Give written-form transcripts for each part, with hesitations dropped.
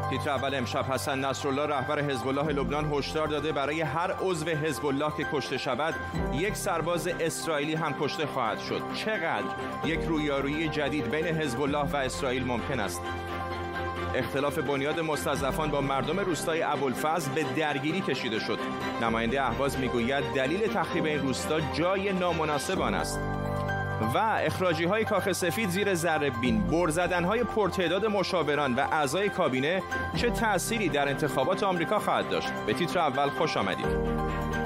تیتر اول امشب: حسن نصرالله رهبر حزب الله لبنان هشدار داده برای هر عضو حزب الله که کشته شود یک سرباز اسرائیلی هم کشته خواهد شد. چقدر یک رویارویی جدید بین حزب الله و اسرائیل ممکن است؟ اختلاف بنیاد مستضعفان با مردم روستای ابوالفضل به درگیری کشیده شد. نماینده اهواز میگوید دلیل تخریب این روستا جای نامناسب آن است. و اخراجی‌های کاخ سفید زیر ذره‌بین، بر زدن‌های پرتعداد مشاوران و اعضای کابینه چه تأثیری در انتخابات آمریکا خواهد داشت؟ به تیتر اول خوش آمدید.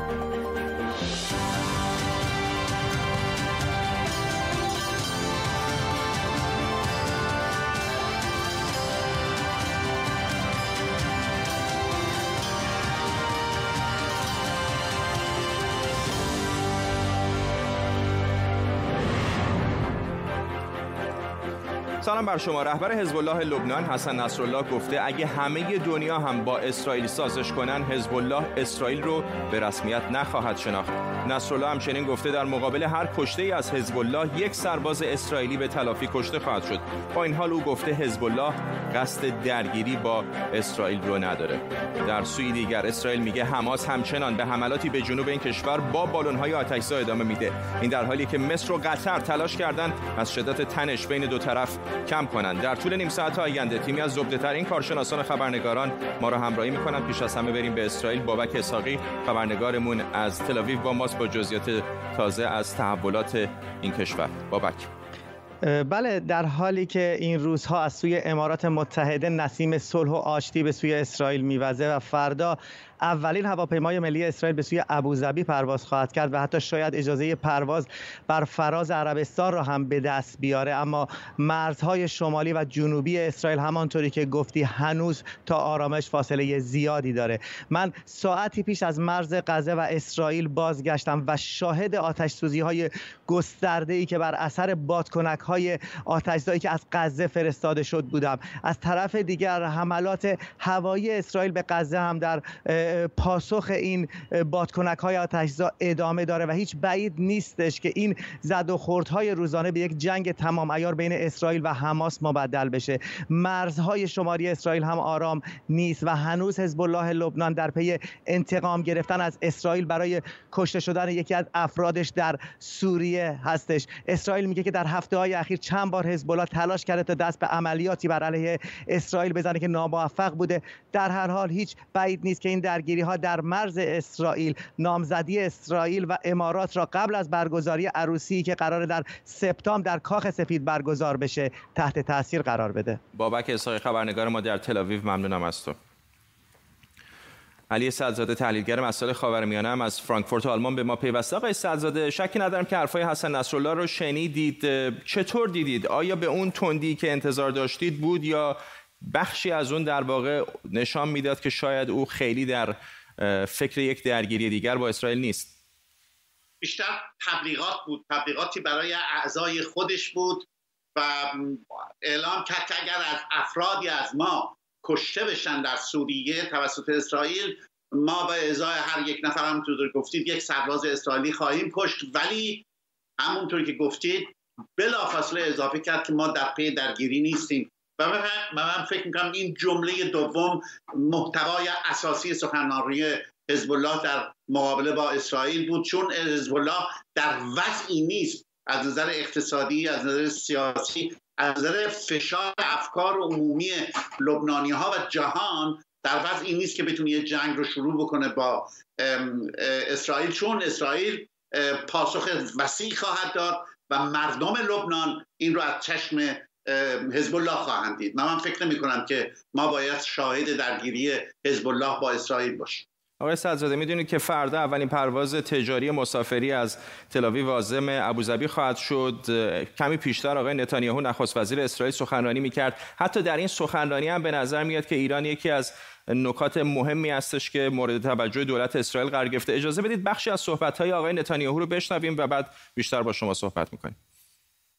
سلام بر شما. رهبر حزب الله لبنان حسن نصرالله گفته اگه همه دنیا هم با اسرائیل سازش کنن، حزب الله اسرائیل رو به رسمیت نخواهد شناخت. نصرالله همچنین گفته در مقابل هر کشته‌ای از حزب الله یک سرباز اسرائیلی به تلافی کشته خواهد شد. با این حال او گفته حزب الله قصد درگیری با اسرائیل رو نداره. در سوی دیگر اسرائیل میگه حماس همچنان به حملاتی به جنوب این کشور با بالون‌های آتش‌زا ادامه میده. این در حالی که مصر و قطر تلاش کردند از شدت تنش بین دو طرف کم کنند. در طول نیم ساعت آینده تیمی از زبده‌ترین کارشناسان خبرنگاران ما را همراهی می‌کنند. پیش از همه بریم به اسرائیل. بابک اسحاقی خبرنگارمون از تل آویو با ماست با جزئیات تازه از تحولات این کشور. بابک. بله، در حالی که این روزها از سوی امارات متحده نسیم صلح و آشتی به سوی اسرائیل میوزه و فردا اولین هواپیمای ملی اسرائیل به سوی ابوظبی پرواز خواهد کرد و حتی شاید اجازه پرواز بر فراز عربستان را هم به دست بیاره، اما مرزهای شمالی و جنوبی اسرائیل همانطوری که گفتی هنوز تا آرامش فاصله زیادی داره. من ساعتی پیش از مرز غزه و اسرائیل بازگشتم و شاهد آتش‌سوزی‌های گسترده‌ای که بر اثر بادکنک‌های آتش‌زایی که از غزه فرستاده شد بودم. از طرف دیگر حملات هوایی اسرائیل به غزه هم در پاسخ این بادکنک‌های آتش‌زا ادامه داره و هیچ بعید نیستش که این زد و خوردهای روزانه به یک جنگ تمام عیار بین اسرائیل و حماس مبدل بشه. مرزهای شمالی اسرائیل هم آرام نیست و هنوز حزب الله لبنان در پی انتقام گرفتن از اسرائیل برای کشته شدن یکی از افرادش در سوریه هستش. اسرائیل میگه که در هفته‌های اخیر چند بار حزب الله تلاش کرده تا دست به عملیاتی بر علیه اسرائیل بزنه که ناموفق بوده. در هر حال هیچ بعید نیست که این درگیری‌ها در مرز اسرائیل نامزدی اسرائیل و امارات را قبل از برگزاری عروسی که قراره در سپتامبر در کاخ سفید برگزار بشه تحت تاثیر قرار بده. بابک اسحاقی خبرنگار ما در تل آویو، ممنونم از تو. علی سعدزاده تحلیلگر مسائل خاورمیانه هم از فرانکفورت آلمان به ما پیوسته. آقای سعدزاده، شکی ندارم که حرفای حسن نصرالله رو شنیدید. چطور دیدید؟ آیا به اون تندی که انتظار داشتید بود یا بخشی از اون در واقع نشان میداد که شاید او خیلی در فکر یک درگیری دیگر با اسرائیل نیست؟ بیشتر تبلیغات بود، تبلیغاتی برای اعضای خودش بود و اعلام کرد که اگر از افرادی از ما کشته بشن در سوریه توسط اسرائیل، ما به ازای هر یک نفر همونطور گفتید یک سرباز اسرائیلی خواهیم کشت، ولی همونطور که گفتید بلافاصله اضافه کرد که ما در پی درگیری نیستیم. و من فکر میکنم این جمله دوم محتوای اساسی سخنرانی حزب الله در مقابله با اسرائیل بود، چون حزب الله در وضعی نیست از نظر اقتصادی، از نظر سیاسی، از نظر فشار افکار عمومی لبنانی‌ها و جهان در وضعی نیست که بتونه یه جنگ رو شروع بکنه با اسرائیل، چون اسرائیل پاسخ وسیع خواهد داد و مردم لبنان این رو از چشم حزب الله خواهند دید. من فکر نمی کنم که ما باید شاهد درگیری حزب الله با اسرائیل باشیم. آقای سعدزاده، میدونید که فردا اولین پرواز تجاری مسافری از تل آویو عازم ابوظبی خواهد شد. کمی پیشتر آقای نتانیاهو نخست وزیر اسرائیل سخنرانی میکرد. حتی در این سخنرانی هم به نظر میاد که ایران یکی از نکات مهمی هستش که مورد توجه دولت اسرائیل قرار گرفته. اجازه بدید بخشی از صحبت‌های آقای نتانیاهو رو بشنویم و بعد بیشتر با شما صحبت میکنیم.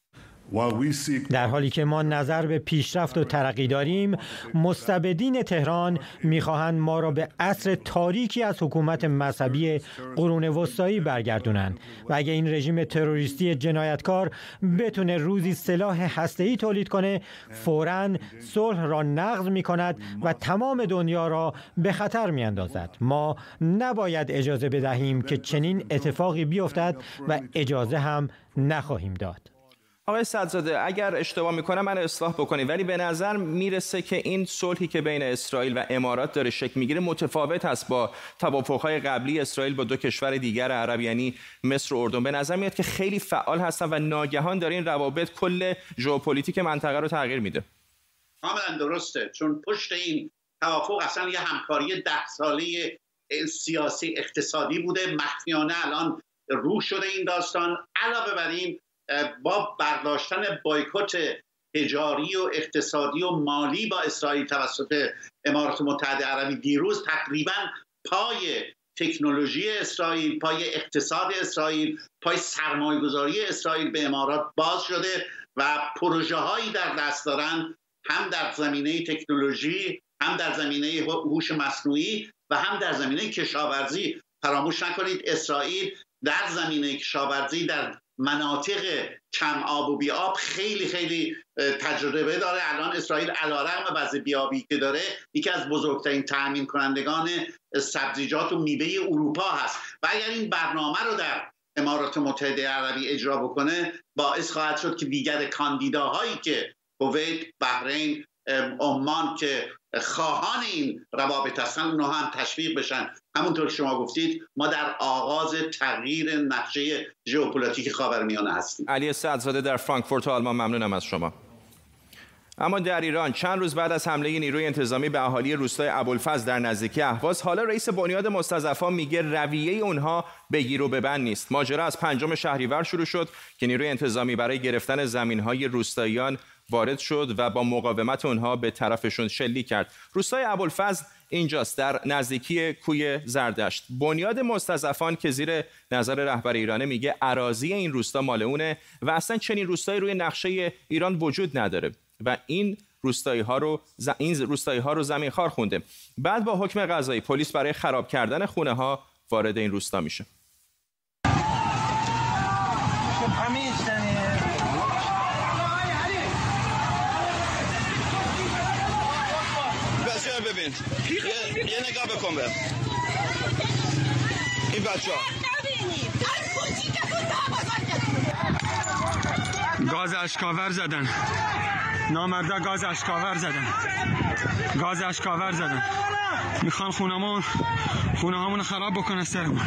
در حالی که ما نظر به پیشرفت و ترقی داریم، مستبدین تهران می‌خواهند ما را به عصر تاریکی از حکومت مذهبی قرون وسطایی برگردونند و اگه این رژیم تروریستی جنایتکار بتونه روزی سلاح هسته‌ای تولید کنه، فوراً صلح را نقض می‌کند و تمام دنیا را به خطر می‌اندازد. ما نباید اجازه بدهیم که چنین اتفاقی بیفتد و اجازه هم نخواهیم داد. آقای صدزاده، اگر اشتباه میکنم من اصلاح بکنید، ولی به نظر میرسه که این صلحی که بین اسرائیل و امارات داره شکل میگیره متفاوت است با توافقهای قبلی اسرائیل با دو کشور دیگر عرب، یعنی مصر و اردن. به نظر میاد که خیلی فعال هستن و ناگهان داره این روابط کل ژئوپلیتیک منطقه رو تغییر میده. کاملا درسته، چون پشت این توافق اصلا یه همکاری 10 ساله سیاسی اقتصادی بوده، مخفیانه الان رو شده این داستان. علاوه بر این با برداشتن بایکوت تجاری و اقتصادی و مالی با اسرائیل توسط امارات متحده عربی دیروز تقریبا پای تکنولوژی اسرائیل، پای اقتصاد اسرائیل، پای سرمایه‌گذاری اسرائیل به امارات باز شده و پروژه هایی در دست دارن، هم در زمینه تکنولوژی، هم در زمینه هوش مصنوعی و هم در زمینه کشاورزی. فراموش نکنید اسرائیل در زمینه کشاورزی در مناطق کم آب و بی آب خیلی خیلی تجربه داره. الان اسرائیل علیرغم وضع بیابی که داره یکی از بزرگترین تامین کنندگان سبزیجات و میوه اروپا هست و اگر این برنامه رو در امارات متحده عربی اجرا بکنه باعث خواهد شد که دیگر کاندیداهایی که کویت، بحرین، عمان که خواهان این روابط هستن اونها هم تشویق بشن. همونطور که شما گفتید ما در آغاز تغییر نقشه ژئوپلیتیک خاورمیانه هستیم. علی صدزاده در فرانکفورت آلمان، ممنونم از شما. اما در ایران چند روز بعد از حمله نیروی انتظامی به اهالی روستای ابوالفضل در نزدیکی اهواز، حالا رئیس بنیاد مستضعفان میگه رویه اونها بگیر و ببند نیست. ماجرا از 5 شهریور شروع شد که نیروی انتظامی برای گرفتن زمین‌های روستاییان وارد شد و با مقاومت اونها به طرفشون شلیک کرد. روستای ابوالفضل اینجاست، در نزدیکی کوی زردشت. بنیاد مستضعفان که زیر نظر رهبر ایرانه میگه اراضی این روستا مال اونه و اصلا چنین روستایی روی نقشه ایران وجود نداره و این روستایی ها رو زمین خوار خونده. بعد با حکم قضایی پلیس برای خراب کردن خونه ها وارد این روستا میشه. ببین یه نگاه بکن به این بچه ها گاز اشکاور زدن، نامردا گاز اشکاور زدن میخوان خونه هامون خراب بکنن سرمون.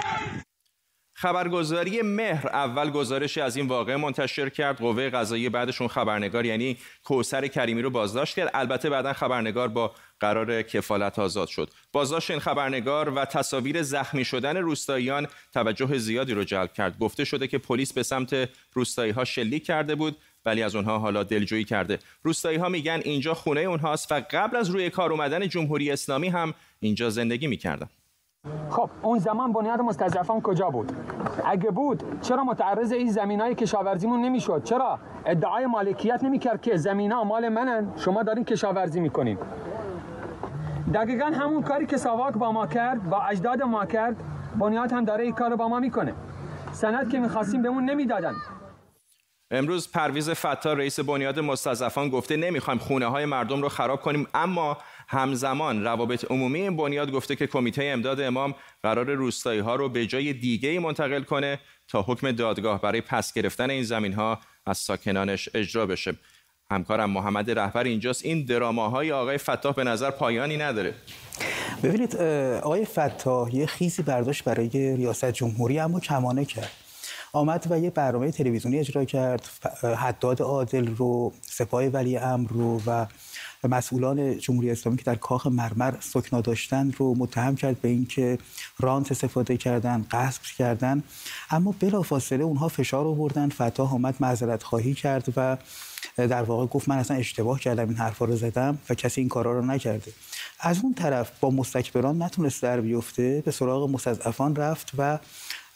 خبرگزاری مهر اول گزارشی از این واقعه منتشر کرد. قوه قضاییه بعدشون خبرنگار یعنی کوثر کریمی رو بازداشت کرد. البته بعداً خبرنگار با قرار کفالت آزاد شد. بازداشت این خبرنگار و تصاویر زخمی شدن روستاییان توجه زیادی رو جلب کرد. گفته شده که پلیس به سمت روستایی‌ها شلیک کرده بود ولی از اونها حالا دلجویی کرده. روستایی‌ها میگن اینجا خونه اونهاست و قبل از روی کار اومدن جمهوری اسلامی هم اینجا زندگی می‌کردن. خب اون زمان بنیاد مستضعفان کجا بود؟ اگه بود چرا متعرض این زمینای کشاورزیمون نمیشد؟ چرا ادعای مالکیت نمیکرد که زمینا مال منن، شما دارین کشاورزی میکنین؟ دقیقاً همون کاری که ساواک با ما کرد، با اجداد ما کرد، بنیاد هم داره این کارو با ما میکنه. سند که میخواستیم بهمون نمیدادن. امروز پرویز فتاح رئیس بنیاد مستضعفان گفته نمیخوایم خونه های مردم رو خراب کنیم، اما همزمان روابط عمومی این بنیاد گفته که کمیته امداد امام قرار روستایی ها رو به جای دیگه منتقل کنه تا حکم دادگاه برای پس گرفتن این زمین ها از ساکنانش اجرا بشه. همکارم محمد رهبر اینجاست. این دراماهای آقای فتاح به نظر پایانی نداره. ببینید آقای فتاح یه خیزی برداشت برای ریاست جمهوری اما کمانه کرد. آمد و یه برنامه تلویزیونی اجرا کرد، حداد عادل رو، سپاه ولی امر رو و مسئولان جمهوری اسلامی که در کاخ مرمر سکنا داشتن رو متهم کرد به اینکه رانت استفاده کردن، غصب کردن، اما بلافاصله اونها فشار آوردن. فتاح آمد معذرت خواهی کرد و در واقع گفت من اصلا اشتباه کردم، این حرفا رو زدم و کسی این کارا رو نکرده. از اون طرف با مستکبران نتونست در بیفته، به سراغ مستضعفان رفت و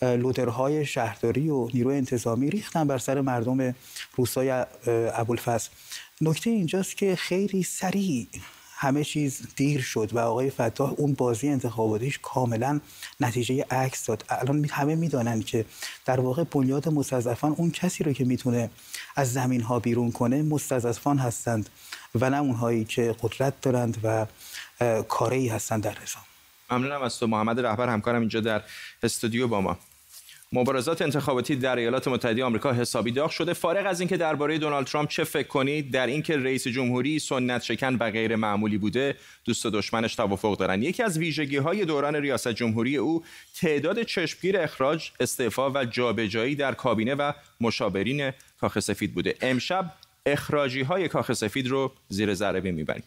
لودرهای شهرداری و نیروی انتظامی ریختن بر سر مردم روستای ابوالفضل. نکته اینجاست که خیلی سریع همه چیز دیر شد و آقای فتاح اون بازی انتخاباتیش کاملا نتیجه عکس داد. الان همه میدانن که در واقع بنیاد مستضعفان اون کسی رو که میتونه از زمین ها بیرون کنه مستضعفان هستند و نه اونهایی که قدرت دارند و کاری هستند در نظام. ممنونم از تو محمد رهبر، همکارم اینجا در استودیو با ما. مبارزات انتخاباتی در ایالات متحده آمریکا حسابی داغ شده. فارغ از اینکه درباره دونالد ترامپ چه فکر کنید، در اینکه رئیس جمهوری سنت شکن و غیر معمولی بوده، دوست و دشمنش توافق دارن. یکی از ویژگی‌های دوران ریاست جمهوری او تعداد چشمگیر اخراج، استعفا و جابجایی در کابینه و مشاورین کاخ سفید بوده. امشب اخراجی‌های کاخ سفید رو زیر ذره می‌بریم.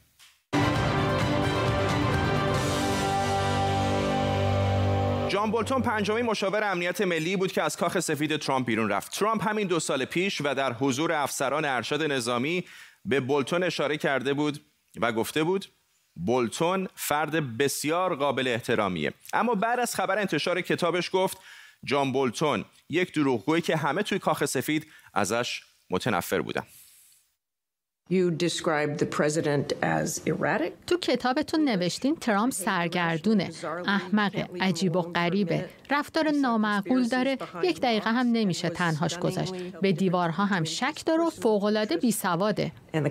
جان بولتون پنجمین مشاور امنیت ملی بود که از کاخ سفید ترامپ بیرون رفت. ترامپ همین 2 سال پیش و در حضور افسران ارشد نظامی به بولتون اشاره کرده بود و گفته بود بولتون فرد بسیار قابل احترامیه. اما بعد از خبر انتشار کتابش گفت جان بولتون یک دروغگویی که همه توی کاخ سفید ازش متنفر بودن. تو کتابتون نوشتین ترامپ سرگردونه، احمقه، عجیب و غریبه، رفتار نامعقول داره، 1 دقیقه هم نمیشه تنهاش گذاشت، به دیوارها هم شک داره و فوق‌العاده بی‌سواده.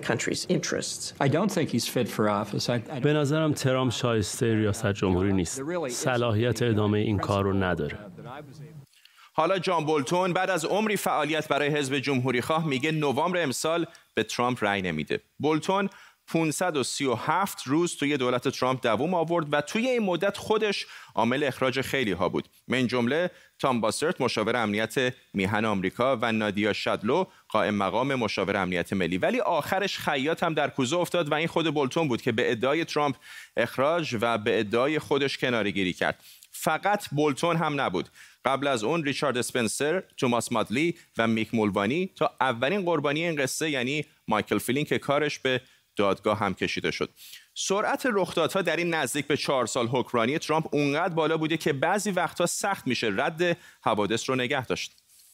به نظرم ترامپ شایسته ریاست جمهوری نیست. صلاحیت ادامه این کار رو نداره. حالا جان بولتون بعد از عمری فعالیت برای حزب جمهوری‌خواه میگه نوامبر امسال به ترامپ رأی نمیده. بولتون 537 روز توی دولت ترامپ دوام آورد و توی این مدت خودش عامل اخراج خیلی ها بود. من جمله تام باسرت مشاور امنیت میهن آمریکا و نادیا شادلو قائم مقام مشاور امنیت ملی. ولی آخرش خیاط هم در کوزه افتاد و این خود بولتون بود که به ادعای ترامپ اخراج و به ادعای خودش کناره‌گیری کرد. فقط بولتون هم نبود. قبل از اون ریچارد اسپنسر، توماس مادلی و میک مولوانی تا اولین قربانی این قصه یعنی مایکل فلین که کارش به دادگاه هم کشیده شد. سرعت رخدادها در این نزدیک به 4 سال حکمرانی ترامپ اونقدر بالا بوده که بعضی وقتها سخت میشه رد حوادث رو نگه داشت.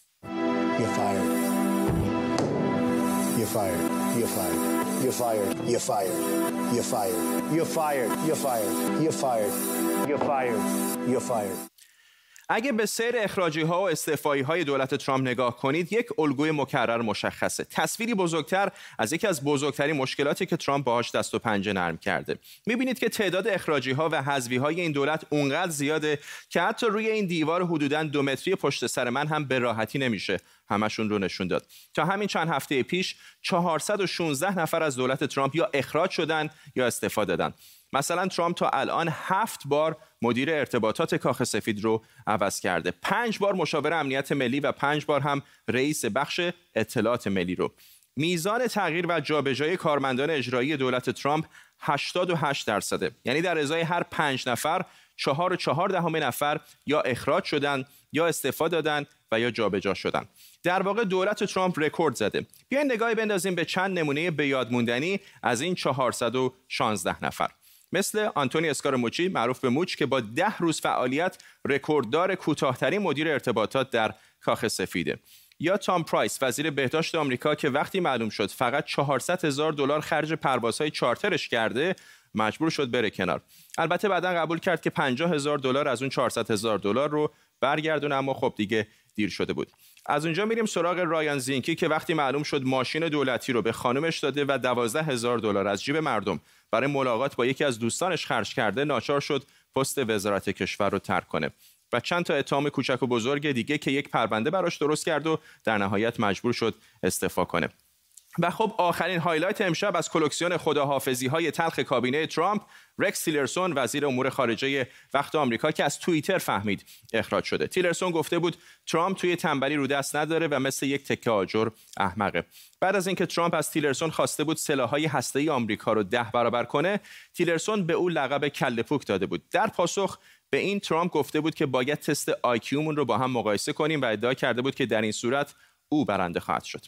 اگه به سیر اخراجی‌ها و استعفایی‌های دولت ترامپ نگاه کنید، یک الگوی مکرر مشخصه. تصویری بزرگتر از یکی از بزرگترین مشکلاتی که ترامپ باهاش دست و پنجه نرم کرده. می‌بینید که تعداد اخراجی‌ها و حذفی‌های این دولت اونقدر زیاده که حتی روی این دیوار حدوداً 2 متری پشت سر من هم به راحتی نمیشه همشون رو نشون داد. تا همین چند هفته پیش 416 نفر از دولت ترامپ یا اخراج شدن یا استعفا دادن. مثلا ترامپ تا الان 7 بار مدیر ارتباطات کاخ سفید رو عوض کرده، 5 بار مشاور امنیت ملی و 5 بار هم رئیس بخش اطلاعات ملی رو. میزان تغییر و جابجایی کارمندان اجرایی دولت ترامپ 88%. یعنی در ازای هر 5 نفر 4.4 نفر یا اخراج شدن یا استعفا دادن و یا جابجا شدن. در واقع دولت ترامپ رکورد زده. بیاین نگاهی بندازیم به چند نمونه به یاد موندنی از این 416 نفر. مثل آنتونی اسکارموچی معروف به موچ که با 10 روز فعالیت رکورددار کوتاه‌ترین مدیر ارتباطات در کاخ سفیده. یا تام پرایس وزیر بهداشت آمریکا که وقتی معلوم شد فقط $400,000 خرج پروازهای چارترش کرده مجبور شد بره کنار. البته بعداً قبول کرد که $50,000 از اون $400,000 رو برگردونه، اما خب دیگه دیر شده بود. از اونجا میریم سراغ رایان زینکی که وقتی معلوم شد ماشین دولتی رو به خانمش داده و $12,000 از جیب مردم برای ملاقات با یکی از دوستانش خرج کرده، ناچار شد پست وزارت کشور رو ترک کنه. و چند تا اتهام کوچک و بزرگ دیگه که یک پرونده براش درست کرد و در نهایت مجبور شد استعفا کنه. و خب آخرین هایلایت امشب از کلکسیون خداحافظی‌های تلخ کابینه ترامپ، رکس تیلرسون وزیر امور خارجه وقت آمریکا که از توییتر فهمید اخراج شده. تیلرسون گفته بود ترامپ توی تنبلی رو دست نداره و مثل یک تکه آجر احمقه. بعد از اینکه ترامپ از تیلرسون خواسته بود سلاح‌های هسته‌ای آمریکا رو 10 برابر کنه، تیلرسون به او لقب کله پوک داده بود. در پاسخ به این ترامپ گفته بود که باید تست آیکیومون رو با هم مقایسه کنیم و ادعا کرده بود که در این صورت او برنده خواهد شد.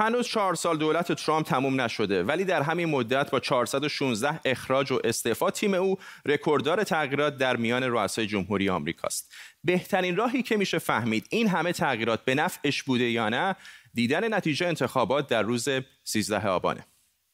هنوز 4 سال دولت ترامپ تموم نشده، ولی در همین مدت با 416 اخراج و استعفا تیم او رکورددار تغییرات در میان رؤسای جمهوری آمریکاست. بهترین راهی که میشه فهمید این همه تغییرات به نفعش بوده یا نه، دیدن نتیجه انتخابات در روز 13 آبانه.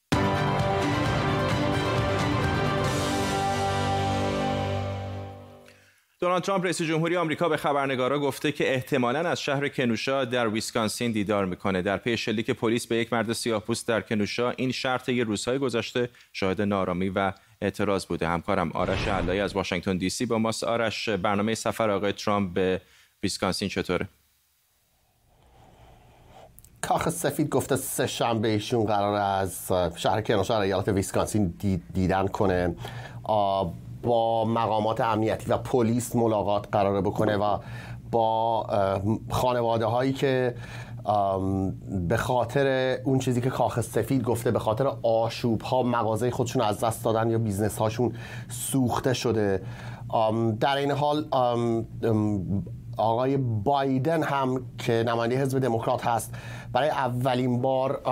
دونالد ترامپ رئیس جمهوری آمریکا به خبرنگارا گفته که احتمالاً از شهر کنوشا در ویسکانسین دیدار میکنه. در پی شلیک پلیس به یک مرد سیاه‌پوست در کنوشا، این شهر طی روزهای گذشته شاهد نارامی و اعتراض بوده. همکارم آرش علایی از واشنگتن دی سی با ماست. آرش، برنامه سفر آقای ترامپ به ویسکانسین چطوره؟ کاخ سفید گفته سه شنبه ایشون قرار از شهر کنوشا در ایالت ویسکانسین دیدن کنه. با مقامات امنیتی و پلیس ملاقات قراره بکنه و با خانواده هایی که به خاطر اون چیزی که کاخ سفید گفته، به خاطر آشوب ها مغازه خودشون از دست دادن یا بیزنس هاشون سوخته شده. در این حال آقای بایدن هم که نماینده حزب دموکرات هست، برای اولین بار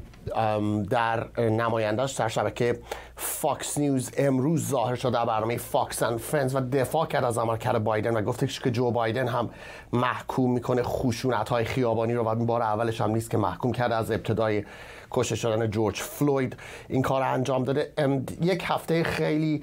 در نماینده‌اش در شبکه فاکس نیوز امروز ظاهر شده در برنامه فاکس اند فرندز و دفاع کرد از عملکرد بایدن و گفته که جو بایدن هم محکوم میکنه خشونت‌های خیابانی رو و این بار اولش هم نیست که محکوم کرده. از ابتدای کشته شدن جورج فلوید این کار انجام داده. یک هفته خیلی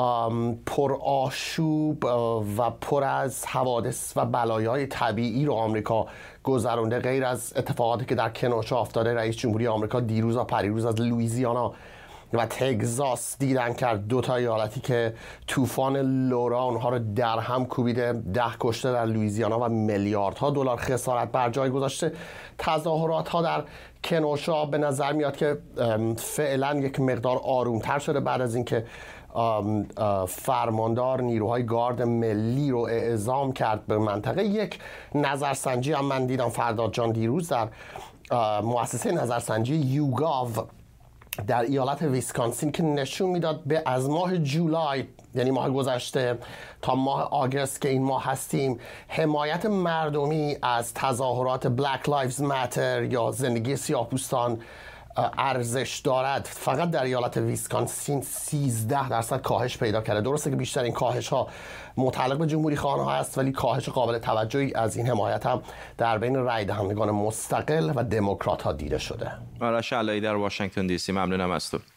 پر آشوب و پر از حوادث و بلایای طبیعی رو آمریکا گذرونده. غیر از اتفاقاتی که در کنوشا افتاده، رئیس جمهوری آمریکا دیروز و پریروز از لوئیزیانا و تگزاس دیدن کرد، 2 تا ایالتی که طوفان لورا اونها رو در هم کوبیده، 10 کشته در لوئیزیانا و میلیاردها دلار خسارت بر جای گذاشته. تظاهرات ها در کنوشا به نظر میاد که فعلا یک مقدار آرومتر شده بعد از اینکه فرماندار نیروهای گارد ملی رو اعزام کرد به منطقه. یک نظرسنجی هم من دیدم فرداد جان دیروز در مؤسسه نظرسنجی یوگاو در ایالت ویسکانسین که نشون میداد به از ماه جولای، یعنی ماه گذشته، تا ماه آگوست که این ماه هستیم، حمایت مردمی از تظاهرات Black Lives Matter یا زندگی سیاه‌پوستان ارزش دارد. فقط در ایالت ویسکانسین 13% کاهش پیدا کرده. درسته که بیشتر این کاهش ها متعلق به جمهوری خواهان ها است، ولی کاهش قابل توجهی از این حمایت هم در بین رای دهندگان مستقل و دموکرات ها دیده شده. آرش علایی در واشنگتن دی سی، ممنونم از تو.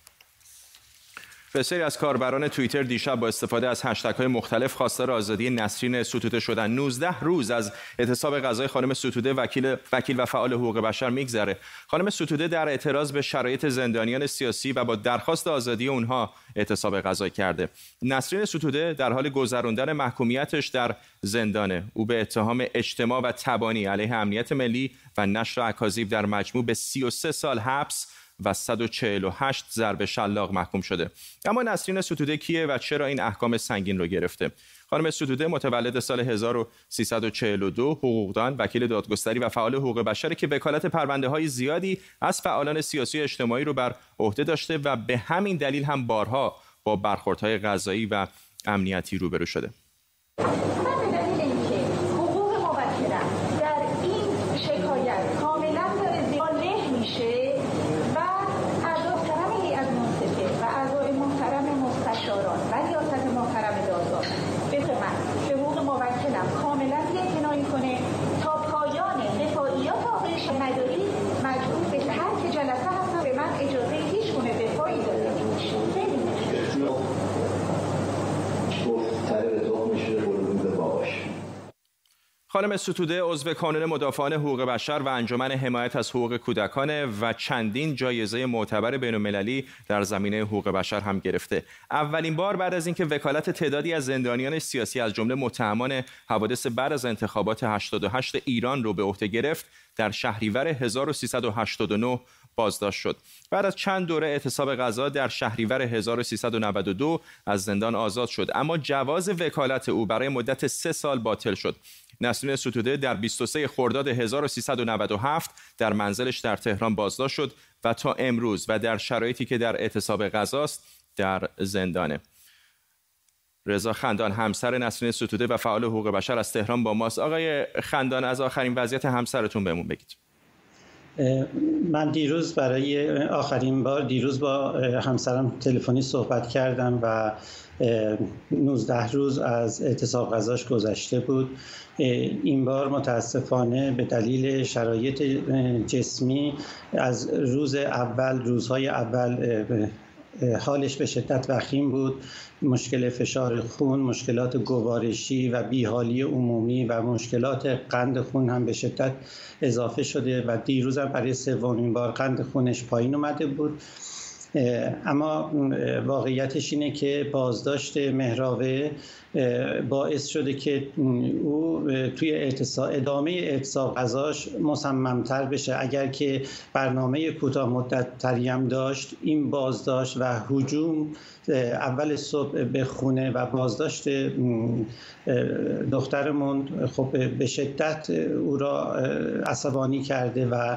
بسیاری از کاربران توییتر دیشب با استفاده از هشتگ‌های مختلف خواستار آزادی نسرین ستوده شدند. 19 روز از اعتصاب غذای خانم ستوده، وکیل و فعال حقوق بشر میگذره. خانم ستوده در اعتراض به شرایط زندانیان سیاسی و با درخواست آزادی اونها اعتصاب غذا کرده. نسرین ستوده در حال گذراندن محکومیتش در زندانه. او به اتهام اجتماع و تبانی علیه امنیت ملی و نشر اکاذیب در مجموع به 33 سال حبس و 148 ضرب شلاق محکوم شده. اما نسرین ستوده کیه و چرا این احکام سنگین رو گرفته؟ خانم ستوده متولد سال 1342، حقوقدان، وکیل دادگستری و فعال حقوق بشر که وکالت پرونده‌های زیادی از فعالان سیاسی و اجتماعی رو بر عهده داشته و به همین دلیل هم بارها با برخوردهای قضایی و امنیتی روبرو شده. خانم ستوده عضو کانون مدافعان حقوق بشر و انجمن حمایت از حقوق کودکان و چندین جایزه معتبر بین‌المللی در زمینه حقوق بشر هم گرفته. اولین بار بعد از اینکه وکالت تعدادی از زندانیان سیاسی از جمله متهمان حوادث بعد از انتخابات 88 ایران رو به عهده گرفت، در شهریور 1389 بازداشت شد. بعد از چند دوره اعتصاب غذا در شهریور 1392 از زندان آزاد شد، اما جواز وکالت او برای مدت 3 سال باطل شد. نسرین ستوده در 23 خرداد 1397 در منزلش در تهران بازداشت شد و تا امروز و در شرایطی که در اعتصاب غذاست در زندانه. رضا خندان همسر نسرین ستوده و فعال حقوق بشر از تهران با ماست. آقای خندان، از آخرین وضعیت همسرتون بهمون بگید. من دیروز برای آخرین بار با همسرم تلفنی صحبت کردم و 19 روز از اعتصاب غذاش گذشته بود. این بار متاسفانه به دلیل شرایط جسمی از روزهای اول حالش به شدت وخیم بود. مشکل فشار خون، مشکلات گوارشی و بیحالی عمومی و مشکلات قند خون هم به شدت اضافه شده و دیروز هم برای سومین بار قند خونش پایین اومده بود. اما واقعیتش اینه که بازداشت مهراوه باعث شده که او توی ادامه اعتصاب غذاش مصمم‌تر بشه. اگر که برنامه کوتاه مدت تری هم داشت، این بازداشت و هجوم اول صبح به خونه و بازداشت دخترمون خب به شدت او را عصبانی کرده و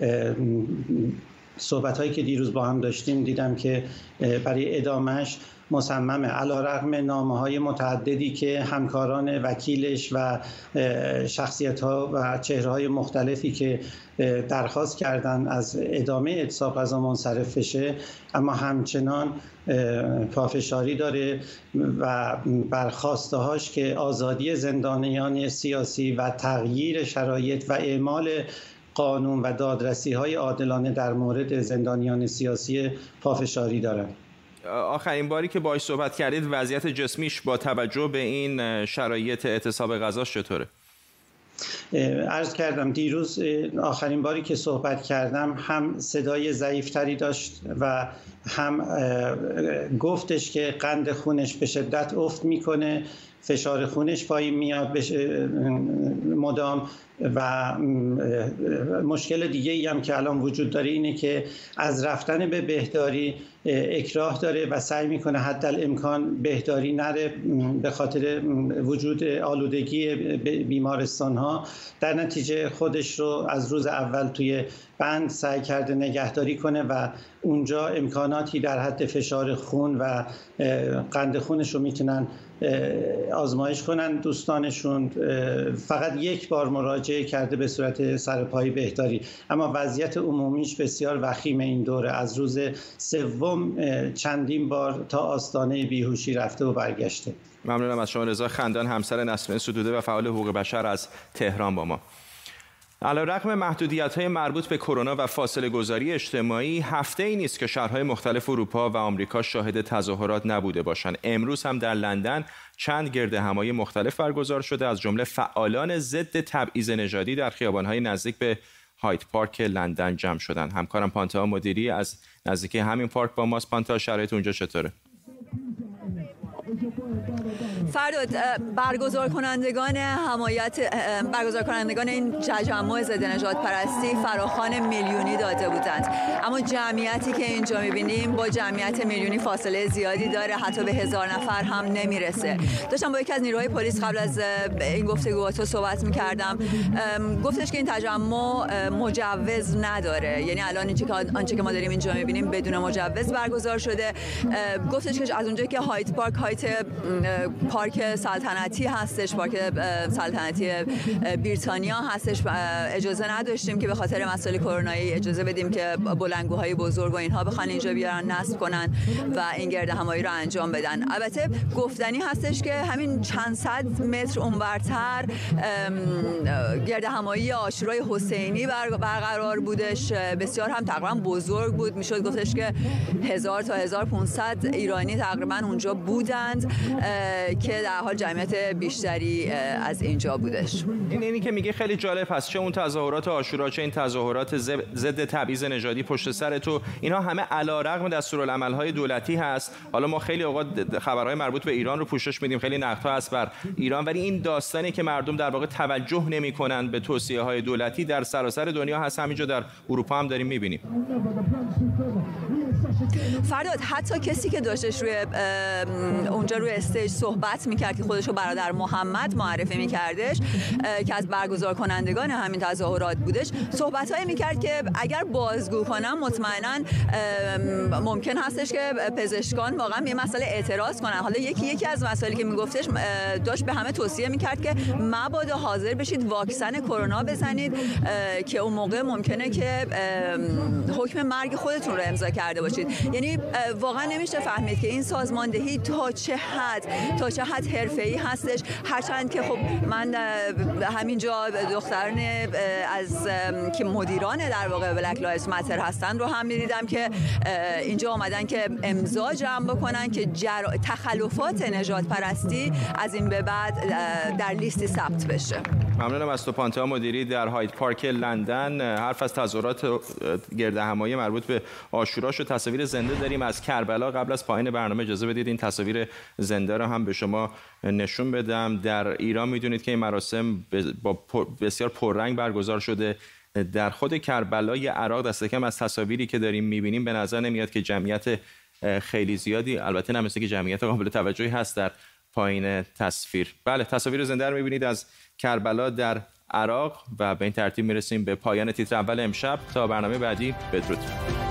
صحبت‌هایی که دیروز با هم داشتیم دیدم که برای ادامهش مصممه، علیرغم نامه‌های متعددی که همکاران وکیلش و شخصیت‌ها و چهره‌های مختلفی که درخواست کردن از ادامه اعتصاب غذا منصرف بشه، اما همچنان پافشاری داره و برخواسته‌هاش که آزادی زندانیان سیاسی و تغییر شرایط و اعمال قانون و دادرسی‌های عادلانه در مورد زندانیان سیاسی پافشاری دارند. آخرین باری که باهاش صحبت کردید وضعیت جسمیش با توجه به این شرایط اعتصاب غذاش چطوره؟ عرض کردم دیروز آخرین باری که صحبت کردم هم صدای ضعیفتری داشت و هم گفتش که قند خونش به شدت افت میکنه، فشار خونش پایین میاد مدام و مشکل دیگه ای هم که الان وجود داره اینه که از رفتن به بهداری اکراه داره و سعی میکنه حتی الامکان بهداری نره به خاطر وجود آلودگی بیمارستان ها. در نتیجه خودش رو از روز اول توی بند سعی کرده نگهداری کنه و اونجا امکاناتی در حد فشار خون و قند خونش رو میتونن آزمایش کنن. دوستانشون فقط یک بار مراجعه کرده به صورت سرپایی بهداری، اما وضعیت عمومیش بسیار وخیم این دوره. از روز سوم چندین بار تا آستانه بیهوشی رفته و برگشته. ممنونم از شما رضا خندان، همسر نسرین ستوده و فعال حقوق بشر از تهران با ما. علیرغم محدودیت‌های مربوط به کرونا و فاصله گذاری اجتماعی، هفته‌ای نیست که شهرهای مختلف اروپا و آمریکا شاهد تظاهرات نبوده باشند. امروز هم در لندن چند گردهمایی مختلف برگزار شده، از جمله فعالان ضد تبعیض نژادی در خیابان‌های نزدیک به هایت پارک لندن جمع شدند. همکارم پانتا مدیری از نزدیکی همین پارک با ماست. پانتا، شرایط اونجا چطوره؟ فرداد، برگزار کنندگان این تجمع ضد نژاد پرستی فراخوان میلیونی داده بودند، اما جمعیتی که اینجا می‌بینیم با جمعیت میلیونی فاصله زیادی داره، حتی به 1000 نفر هم نمیرسه. داشتم با یکی از نیروهای پلیس قبل از این گفتگو با تو صحبت می‌کردم، گفتش که این تجمع مجوز نداره، یعنی الان آنچه که ما داریم اینجا می‌بینیم بدون مجوز برگزار شده. گفتش که از اونجایی که هایت پارک سلطنتی هستش، پارک سلطنتی بریتانیا هستش، اجازه نداشتیم که به خاطر مسائل کرونایی اجازه بدیم که بلندگوهای بزرگ و اینها بخوان اینجا بیارن نصب کنن و این گردهمایی رو انجام بدن. البته گفتنی هستش که همین چند صد متر اونورتر گردهمایی عاشورای حسینی برقرار بودش، بسیار هم تقریبا بزرگ بود، میشد گفتش که 1000 تا 1500 ایرانی تقریبا اونجا بودند که در حال جمعیت بیشتری از اینجا بودش. اینی که میگه خیلی جالب هست، چه اون تظاهرات عاشورا چه این تظاهرات ضد تبعیض نژادی پشت سر تو، اینها همه علیرغم دستورالعمل‌های دولتی هست. حالا ما خیلی اوقات خبرهای مربوط به ایران رو پوشش میدیم، خیلی نقدها هست بر ایران، ولی این داستانی که مردم در واقع توجه نمی‌کنن به توصیه‌های دولتی در سراسر دنیا هست، همینجا در اروپا هم داریم می‌بینیم. فرداد حتی کسی که داشتش روی اونجا روی استیج صحبت میکرد که خودش رو برادر محمد معرفی میکردش که از برگزار کنندگان همین تظاهرات بودش، صحبت‌هایی میکرد که اگر بازگو کنم مطمئناً ممکن هستش که پزشکان واقعا به این مسئله اعتراض کنن. حالا یکی از مسائلی که میگفتش داشت به همه توصیه میکرد که مبادا حاضر بشید واکسن کرونا بزنید که اون موقع ممکنه که حکم مرگ خودتون رو امضا کرده باشید. یعنی واقعا نمیشه فهمید که این سازماندهی تا چه حد حرفه‌ای هستش، هرچند که خب من همینجا دختران از که مدیران در واقع بلک لایوز ماتر هستن رو هم می‌دیدم که اینجا آمدن که امضا جمع بکنن که تخلفات نژاد پرستی از این به بعد در لیستی ثبت بشه. ممنونم از تو پانتا مدیری در هاید پارک لندن. حرف از تظاهرات گردهمایی مربوط به عاشورا شد. تصاویر زنده داریم از کربلا. قبل از پایان برنامه اجازه بدید این تصاویر زنده رو هم به شما نشون بدم. در ایران میدونید که این مراسم با بسیار پررنگ برگزار شده. در خود کربلای عراق دست کم از تصاویری که داریم میبینیم به نظر نمیاد که جمعیت خیلی زیادی، البته نمیشه که جمعیت قابل توجهی هست در پایین تصویر. بله، تصاویر زنده رو میبینید از کربلا در عراق و به این ترتیب میرسیم به پایان تیتر اول امشب. تا برنامه بعدی، بدرود.